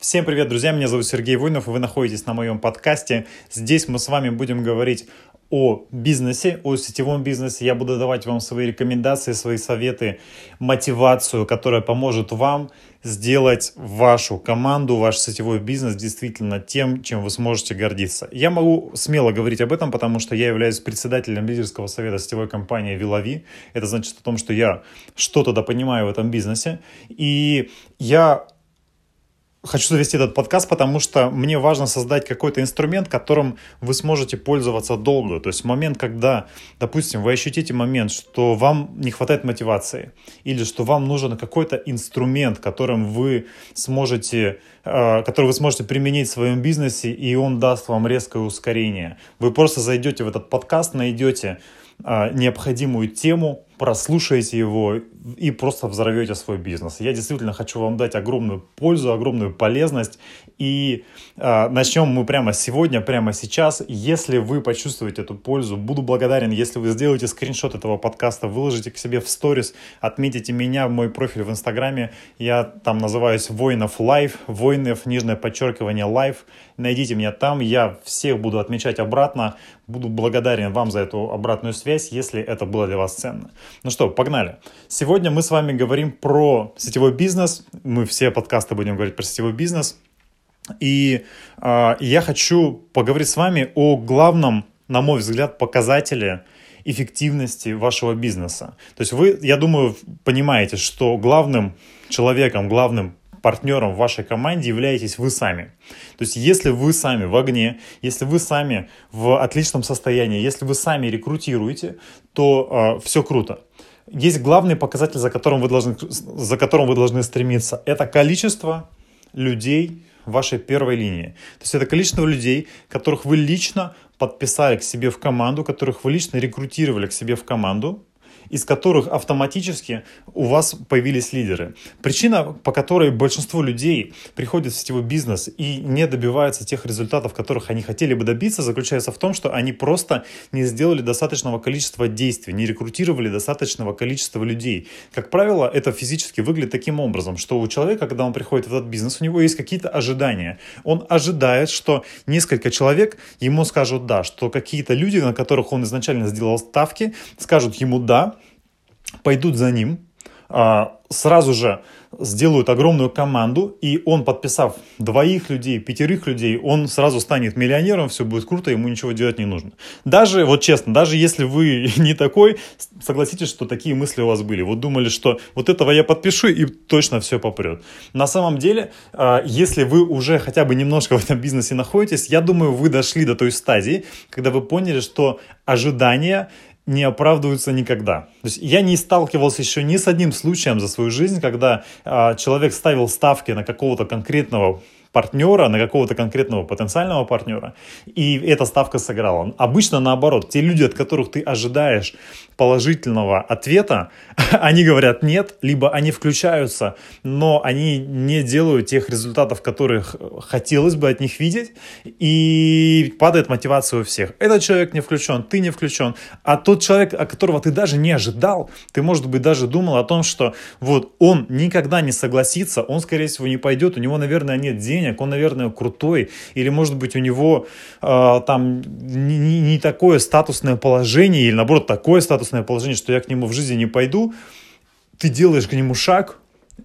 Всем привет, друзья! Меня зовут Сергей Войнов, и вы находитесь на моем подкасте. Здесь мы с вами будем говорить о бизнесе, о сетевом бизнесе. Я буду давать вам свои рекомендации, свои советы, мотивацию, которая поможет вам сделать вашу команду, ваш сетевой бизнес действительно тем, чем вы сможете гордиться. Я могу смело говорить об этом, потому что я являюсь председателем лидерского совета сетевой компании Villavi. Это значит о том, что я что-то понимаю в этом бизнесе. И я хочу завести этот подкаст, потому что мне важно создать какой-то инструмент, которым вы сможете пользоваться долго. То есть момент, когда, допустим, вы ощутите момент, что вам не хватает мотивации, или что вам нужен какой-то инструмент, который вы сможете применить в своем бизнесе, и он даст вам резкое ускорение. Вы просто зайдете в этот подкаст, найдете необходимую тему, прослушаете его и просто взорвете свой бизнес. Я действительно хочу вам дать огромную пользу, огромную полезность. И начнем мы прямо сегодня, прямо сейчас. Если вы почувствуете эту пользу, буду благодарен, если вы сделаете скриншот этого подкаста, выложите к себе в сторис, отметите меня, мой профиль в Инстаграме. Я там называюсь Воинов Лайв, Воинов, _ Лайв. Найдите меня там, я всех буду отмечать обратно. Буду благодарен вам за эту обратную связь, если это было для вас ценно. Ну что, погнали. Сегодня мы с вами говорим про сетевой бизнес. Мы все подкасты будем говорить про сетевой бизнес. И я хочу поговорить с вами о главном, на мой взгляд, показателе эффективности вашего бизнеса. То есть вы, я думаю, понимаете, что главным человеком, главным партнером в вашей команде являетесь вы сами. То есть если вы сами в огне, если вы сами в отличном состоянии, если вы сами рекрутируете, то все круто. Есть главный показатель, за которым вы должны стремиться. Это количество людей в вашей первой линии. То есть это количество людей, которых вы лично подписали к себе в команду, которых вы лично рекрутировали к себе в команду, из которых автоматически у вас появились лидеры. Причина, по которой большинство людей приходят в сетевой бизнес и не добиваются тех результатов, которых они хотели бы добиться, заключается в том, что они просто не сделали достаточного количества действий, не рекрутировали достаточного количества людей. Как правило, это физически выглядит таким образом, что у человека, когда он приходит в этот бизнес, у него есть какие-то ожидания. Он ожидает, что несколько человек ему скажут «да», что какие-то люди, на которых он изначально сделал ставки, скажут ему «да», пойдут за ним, сразу же сделают огромную команду, и он, подписав 2 людей, 5 людей, он сразу станет миллионером, все будет круто, ему ничего делать не нужно. Даже, вот честно, даже если вы не такой, согласитесь, что такие мысли у вас были. Вот думали, что вот этого я подпишу, и точно все попрет. На самом деле, если вы уже хотя бы немножко в этом бизнесе находитесь, я думаю, вы дошли до той стадии, когда вы поняли, что ожидания не оправдываются никогда. То есть я не сталкивался еще ни с одним случаем за свою жизнь, когда человек ставил ставки на какого-то конкретного партнера, на какого-то конкретного потенциального партнера, и эта ставка сыграла. Обычно наоборот, те люди, от которых ты ожидаешь положительного ответа, они говорят нет, либо они включаются, но они не делают тех результатов, которых хотелось бы от них видеть, и падает мотивация у всех. Этот человек не включен, ты не включен, а тот человек, от которого ты даже не ожидал, ты, может быть, даже думал о том, что вот он никогда не согласится, он, скорее всего, не пойдет, у него, наверное, нет денег, он, наверное, крутой, или, может быть, у него там не такое статусное положение, или, наоборот, такое статусное положение, что я к нему в жизни не пойду. Ты делаешь к нему шаг,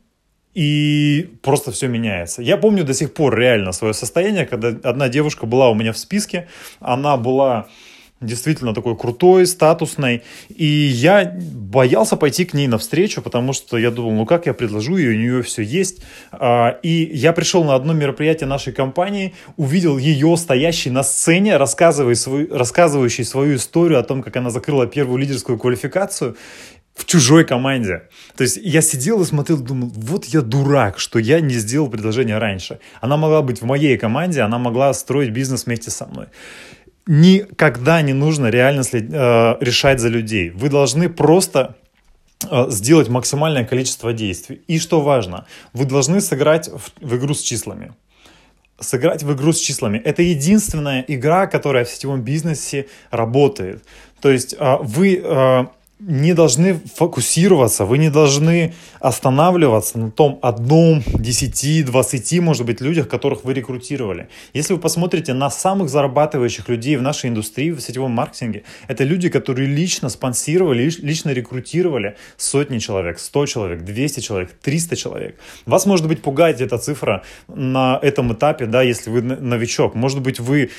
и просто все меняется. Я помню до сих пор реально свое состояние, когда одна девушка была у меня в списке, она была действительно такой крутой, статусной, и я боялся пойти к ней навстречу, потому что я думал, ну как я предложу ей, у нее все есть, и я пришел на одно мероприятие нашей компании, увидел ее стоящей на сцене, рассказывающей свою историю о том, как она закрыла первую лидерскую квалификацию в чужой команде. То есть я сидел и смотрел, думал, вот я дурак, что я не сделал предложение раньше. Она могла быть в моей команде, она могла строить бизнес вместе со мной. Никогда не нужно реально решать за людей. Вы должны просто сделать максимальное количество действий. И что важно, вы должны сыграть в игру с числами. Сыграть в игру с числами. Это единственная игра, которая в сетевом бизнесе работает. То есть вы не должны фокусироваться, вы не должны останавливаться на том одном, 10, 20, может быть, людях, которых вы рекрутировали. Если вы посмотрите на самых зарабатывающих людей в нашей индустрии, в сетевом маркетинге, это люди, которые лично спонсировали, лично рекрутировали сотни человек, 100 человек, 200 человек, 300 человек. Вас, может быть, пугает эта цифра на этом этапе, да, если вы новичок. Может быть, вы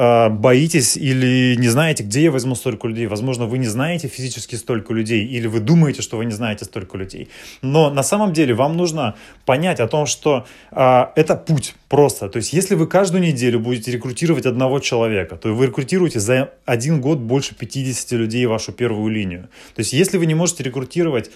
боитесь или не знаете, где я возьму столько людей. Возможно, вы не знаете физически столько людей, или вы думаете, что вы не знаете столько людей. Но на самом деле вам нужно понять о том, что это путь просто. То есть, если вы каждую неделю будете рекрутировать одного человека, то вы рекрутируете за 1 год больше 50 людей в вашу первую линию. То есть, если вы не можете рекрутировать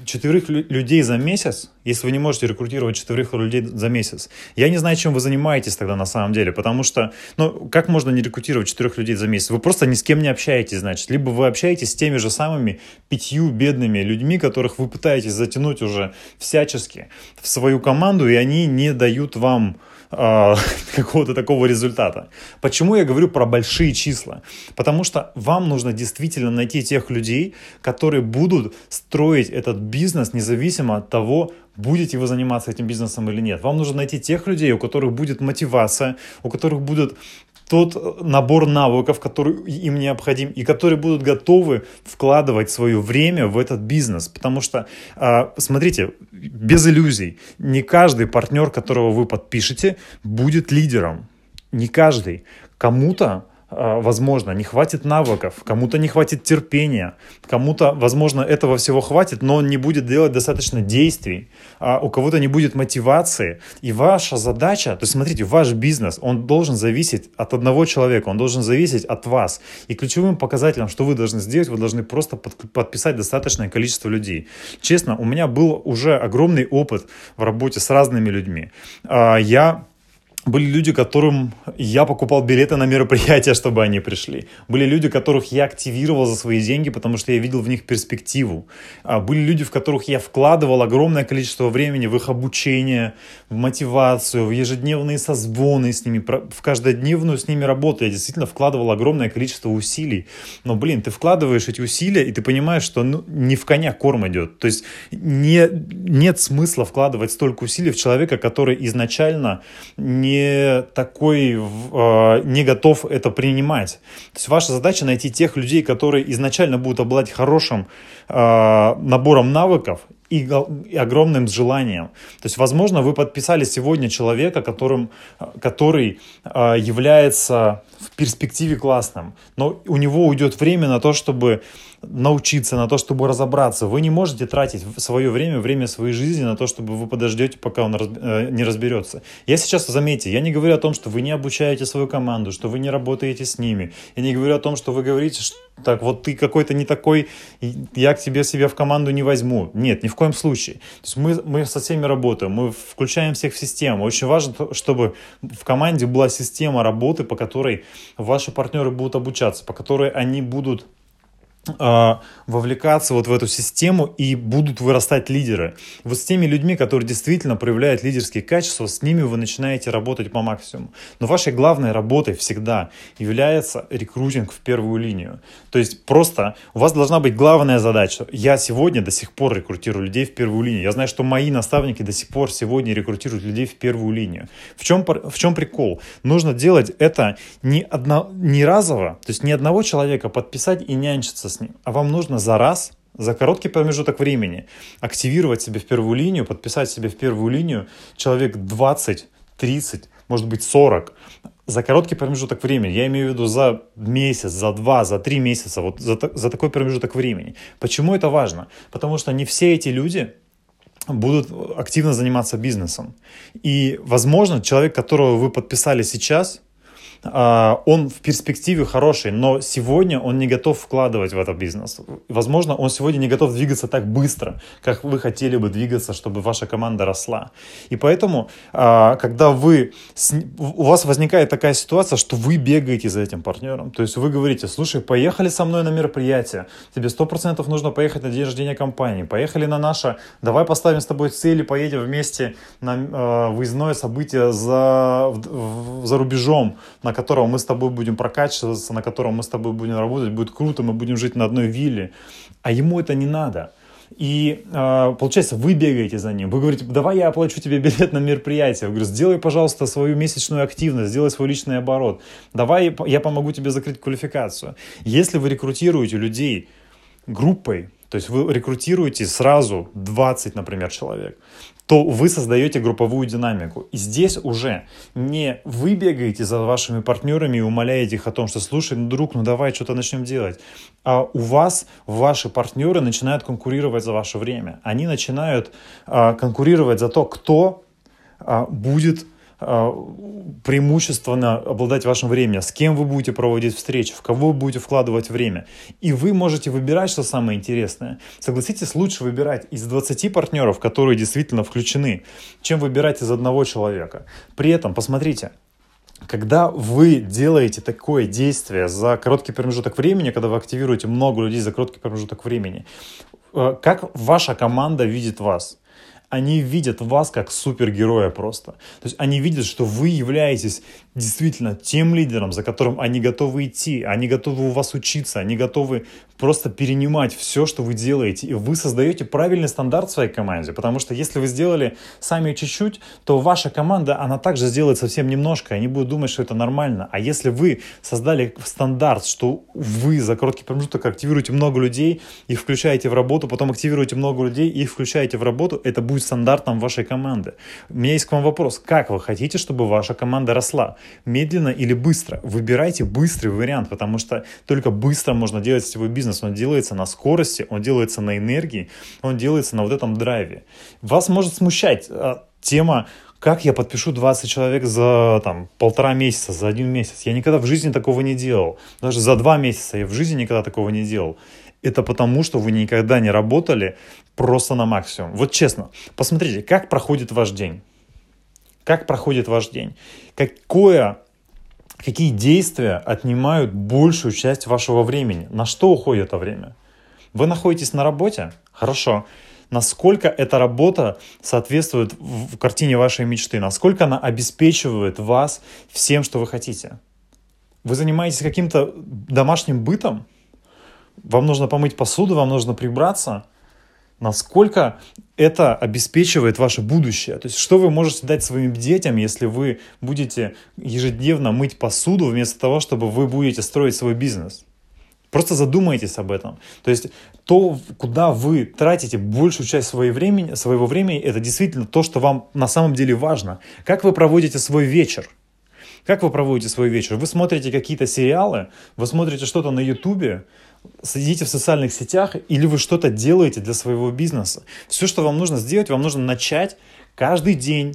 4 людей за месяц, если вы не можете рекрутировать 4 людей за месяц, я не знаю, чем вы занимаетесь тогда на самом деле, потому что, как можно не рекрутировать 4 людей за месяц? Вы просто ни с кем не общаетесь, значит. Либо вы общаетесь с теми же самыми 5 бедными людьми, которых вы пытаетесь затянуть уже всячески в свою команду, и они не дают вам какого-то такого результата. Почему я говорю про большие числа? Потому что вам нужно действительно найти тех людей, которые будут строить этот бизнес независимо от того, будете вы заниматься этим бизнесом или нет. Вам нужно найти тех людей, у которых будет мотивация, у которых будет тот набор навыков, который им необходим, и которые будут готовы вкладывать свое время в этот бизнес. Потому что, смотрите, без иллюзий, не каждый партнер, которого вы подпишете, будет лидером. Не каждый. Кому-то, возможно, не хватит навыков, кому-то не хватит терпения, кому-то, возможно, этого всего хватит, но он не будет делать достаточно действий, у кого-то не будет мотивации. И ваша задача, то есть смотрите, ваш бизнес, он должен зависеть от одного человека, он должен зависеть от вас. И ключевым показателем, что вы должны сделать, вы должны просто подписать достаточное количество людей. Честно, у меня был уже огромный опыт в работе с разными людьми. Были люди, которым я покупал билеты на мероприятия, чтобы они пришли. Были люди, которых я активировал за свои деньги, потому что я видел в них перспективу. Были люди, в которых я вкладывал огромное количество времени в их обучение, в мотивацию, в ежедневные созвоны с ними, в каждодневную с ними работу. Я действительно вкладывал огромное количество усилий. Но, ты вкладываешь эти усилия, и ты понимаешь, что не в коня корм идет. То есть нет смысла вкладывать столько усилий в человека, который изначально не готов это принимать. То есть ваша задача найти тех людей, которые изначально будут обладать хорошим набором навыков и огромным желанием. То есть, возможно, вы подписали сегодня человека, который является в перспективе классным, но у него уйдет время на то, чтобы научиться, на то, чтобы разобраться. Вы не можете тратить свое время своей жизни на то, чтобы вы подождете, пока он не разберется. Я сейчас, заметьте, я не говорю о том, что вы не обучаете свою команду, что вы не работаете с ними. Я не говорю о том, что вы говорите, что так вот ты какой-то не такой, я к тебе себя в команду не возьму. Нет, ни в коем случае. То есть мы со всеми работаем, мы включаем всех в систему. Очень важно, чтобы в команде была система работы, по которой ваши партнеры будут обучаться, по которой они будут вовлекаться вот в эту систему и будут вырастать лидеры. Вот с теми людьми, которые действительно проявляют лидерские качества, с ними вы начинаете работать по максимуму. Но вашей главной работой всегда является рекрутинг в первую линию. То есть просто у вас должна быть главная задача. Я сегодня до сих пор рекрутирую людей в первую линию. Я знаю, что мои наставники до сих пор сегодня рекрутируют людей в первую линию. В чем прикол? Нужно делать это не разово, то есть не одного человека подписать и нянчиться с ним, а вам нужно за короткий промежуток времени активировать себе в первую линию, подписать себе в первую линию человек 20, 30, может быть 40. За короткий промежуток времени, я имею в виду за месяц, за 2, за 3 месяца, вот за такой промежуток времени. Почему это важно? Потому что не все эти люди будут активно заниматься бизнесом. И, возможно, человек, которого вы подписали сейчас, он в перспективе хороший, но сегодня он не готов вкладывать в этот бизнес. Возможно, он сегодня не готов двигаться так быстро, как вы хотели бы двигаться, чтобы ваша команда росла. И поэтому, когда у вас возникает такая ситуация, что вы бегаете за этим партнером, то есть вы говорите: слушай, поехали со мной на мероприятие, тебе 100% нужно поехать на день рождения компании, поехали на наше, давай поставим с тобой цели, поедем вместе на выездное событие за рубежом, на котором мы с тобой будем прокачиваться, на котором мы с тобой будем работать, будет круто, мы будем жить на одной вилле. А ему это не надо. И получается, вы бегаете за ним. Вы говорите, давай я оплачу тебе билет на мероприятие. Я говорю, сделай, пожалуйста, свою месячную активность, сделай свой личный оборот. Давай я помогу тебе закрыть квалификацию. Если вы рекрутируете людей группой, то есть вы рекрутируете сразу 20, например, человек, то вы создаете групповую динамику. И здесь уже не вы бегаете за вашими партнерами и умоляете их о том, что слушай, друг, давай что-то начнем делать. А у вас ваши партнеры начинают конкурировать за ваше время. Они начинают конкурировать за то, кто будет преимущественно обладать вашим временем, с кем вы будете проводить встречи, в кого вы будете вкладывать время. И вы можете выбирать, что самое интересное. Согласитесь, лучше выбирать из 20 партнеров, которые действительно включены, чем выбирать из одного человека. При этом, посмотрите, когда вы делаете такое действие за короткий промежуток времени, когда вы активируете много людей за короткий промежуток времени, как ваша команда видит вас? Они видят вас как супергероя просто. То есть они видят, что вы являетесь действительно тем лидером, за которым они готовы идти, они готовы у вас учиться, они готовы просто перенимать все, что вы делаете. И вы создаете правильный стандарт в своей команде. Потому что если вы сделали сами чуть-чуть, то ваша команда, она также сделает совсем немножко. Они будут думать, что это нормально. А если вы создали стандарт, что вы за короткий промежуток активируете много людей, их включаете в работу, потом активируете много людей, их включаете в работу, это будет стандартом вашей команды. У меня есть к вам вопрос. Как вы хотите, чтобы ваша команда росла? Медленно или быстро? Выбирайте быстрый вариант, потому что только быстро можно делать сетевой бизнес. Он делается на скорости, он делается на энергии, он делается на вот этом драйве. Вас может смущать тема, как я подпишу 20 человек за 1,5 месяца, за 1 месяц. Я никогда в жизни такого не делал. Даже за 2 месяца я в жизни никогда такого не делал. Это потому, что вы никогда не работали просто на максимум. Вот честно, посмотрите, как проходит ваш день. Как проходит ваш день? Какие действия отнимают большую часть вашего времени? На что уходит это время? Вы находитесь на работе? Хорошо. Насколько эта работа соответствует в картине вашей мечты? Насколько она обеспечивает вас всем, что вы хотите? Вы занимаетесь каким-то домашним бытом? Вам нужно помыть посуду, вам нужно прибраться? Насколько это обеспечивает ваше будущее? То есть, что вы можете дать своим детям, если вы будете ежедневно мыть посуду, вместо того, чтобы вы будете строить свой бизнес? Просто задумайтесь об этом. То есть, то, куда вы тратите большую часть своего времени, это действительно то, что вам на самом деле важно. Как вы проводите свой вечер? Как вы проводите свой вечер? Вы смотрите какие-то сериалы, вы смотрите что-то на Ютубе, сидите в социальных сетях, или вы что-то делаете для своего бизнеса. Все, что вам нужно сделать, вам нужно начать каждый день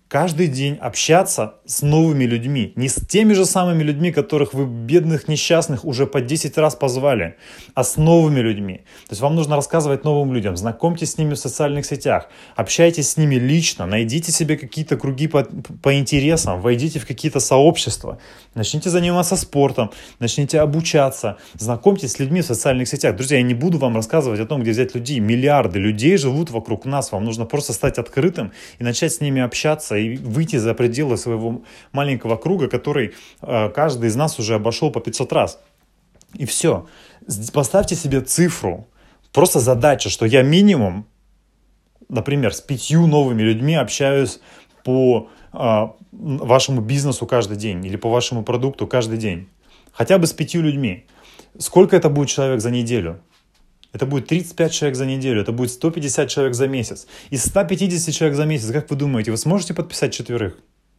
общаться с новыми людьми. Не с теми же самыми людьми, которых вы, бедных несчастных, уже по 10 раз позвали, а с новыми людьми. То есть вам нужно рассказывать новым людям, знакомьтесь с ними в социальных сетях, общайтесь с ними лично, найдите себе какие-то круги по интересам, войдите в какие-то сообщества, начните заниматься спортом, начните обучаться, знакомьтесь с людьми в социальных сетях. Друзья, я не буду вам рассказывать о том, где взять людей. Миллиарды людей живут вокруг нас. Вам нужно просто стать открытым и начать с ними общаться, и выйти за пределы своего маленького круга, который каждый из нас уже обошел по 500 раз. И все. Поставьте себе цифру. Просто задача, что я минимум, например, с 5 новыми людьми общаюсь по вашему бизнесу каждый день или по вашему продукту каждый день. Хотя бы с 5 людьми. Сколько это будет человек за неделю? Это будет 35 человек за неделю, это будет 150 человек за месяц. Из 150 человек за месяц, как вы думаете, вы сможете подписать 4?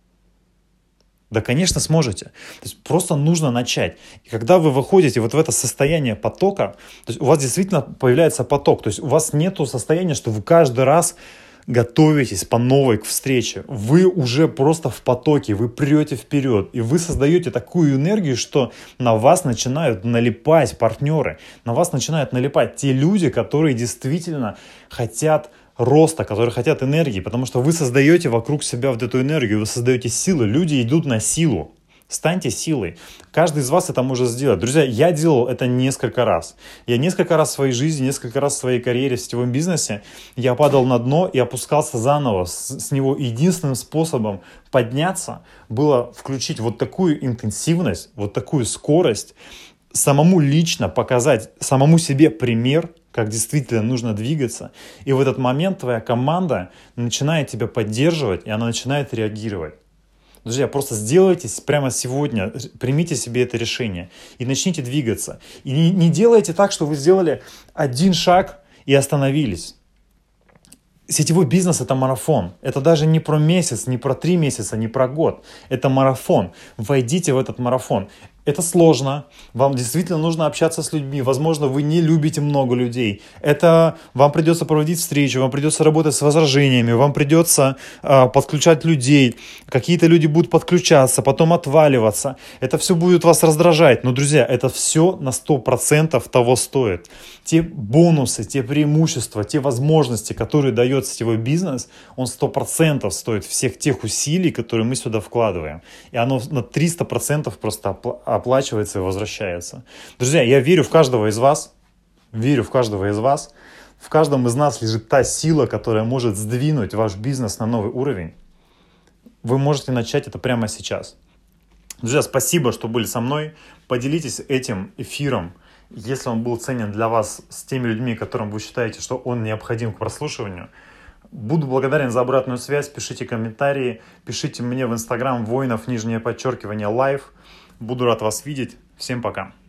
Да, конечно, сможете. То есть просто нужно начать. И когда вы выходите вот в это состояние потока, то есть у вас действительно появляется поток. То есть у вас нету состояния, что вы каждый раз готовитесь по новой к встрече. Вы уже просто в потоке, вы прете вперед. И вы создаете такую энергию, что на вас начинают налипать партнеры. На вас начинают налипать те люди, которые действительно хотят роста, которые хотят энергии. Потому что вы создаете вокруг себя вот эту энергию, вы создаете силу. Люди идут на силу. станьте силой. Каждый из вас это может сделать. Друзья, я делал это несколько раз. Я несколько раз в своей жизни, несколько раз в своей карьере в сетевом бизнесе, я падал на дно и опускался заново с него. Единственным способом подняться было включить вот такую интенсивность, вот такую скорость, самому лично показать, самому себе пример, как действительно нужно двигаться. И в этот момент твоя команда начинает тебя поддерживать, и она начинает реагировать. Друзья, просто сделайте прямо сегодня, примите себе это решение и начните двигаться. И не делайте так, что вы сделали один шаг и остановились. Сетевой бизнес – это марафон. Это даже не про месяц, не про 3 месяца, не про год. Это марафон. Войдите в этот марафон. Это сложно. Вам действительно нужно общаться с людьми. Возможно, вы не любите много людей. Это вам придется проводить встречи, вам придется работать с возражениями, вам придется подключать людей. Какие-то люди будут подключаться, потом отваливаться. Это все будет вас раздражать. Но, друзья, это все на 100% того стоит. Те бонусы, те преимущества, те возможности, которые дает сетевой бизнес, он 100% стоит всех тех усилий, которые мы сюда вкладываем. И оно на 300% просто оплачивается и возвращается. Друзья, я верю в каждого из вас. Верю в каждого из вас. В каждом из нас лежит та сила, которая может сдвинуть ваш бизнес на новый уровень. Вы можете начать это прямо сейчас. Друзья, спасибо, что были со мной. Поделитесь этим эфиром, если он был ценен для вас, с теми людьми, которым вы считаете, что он необходим к прослушиванию. Буду благодарен за обратную связь. Пишите комментарии. Пишите мне в Instagram Воинов, _live. Буду рад вас видеть. Всем пока.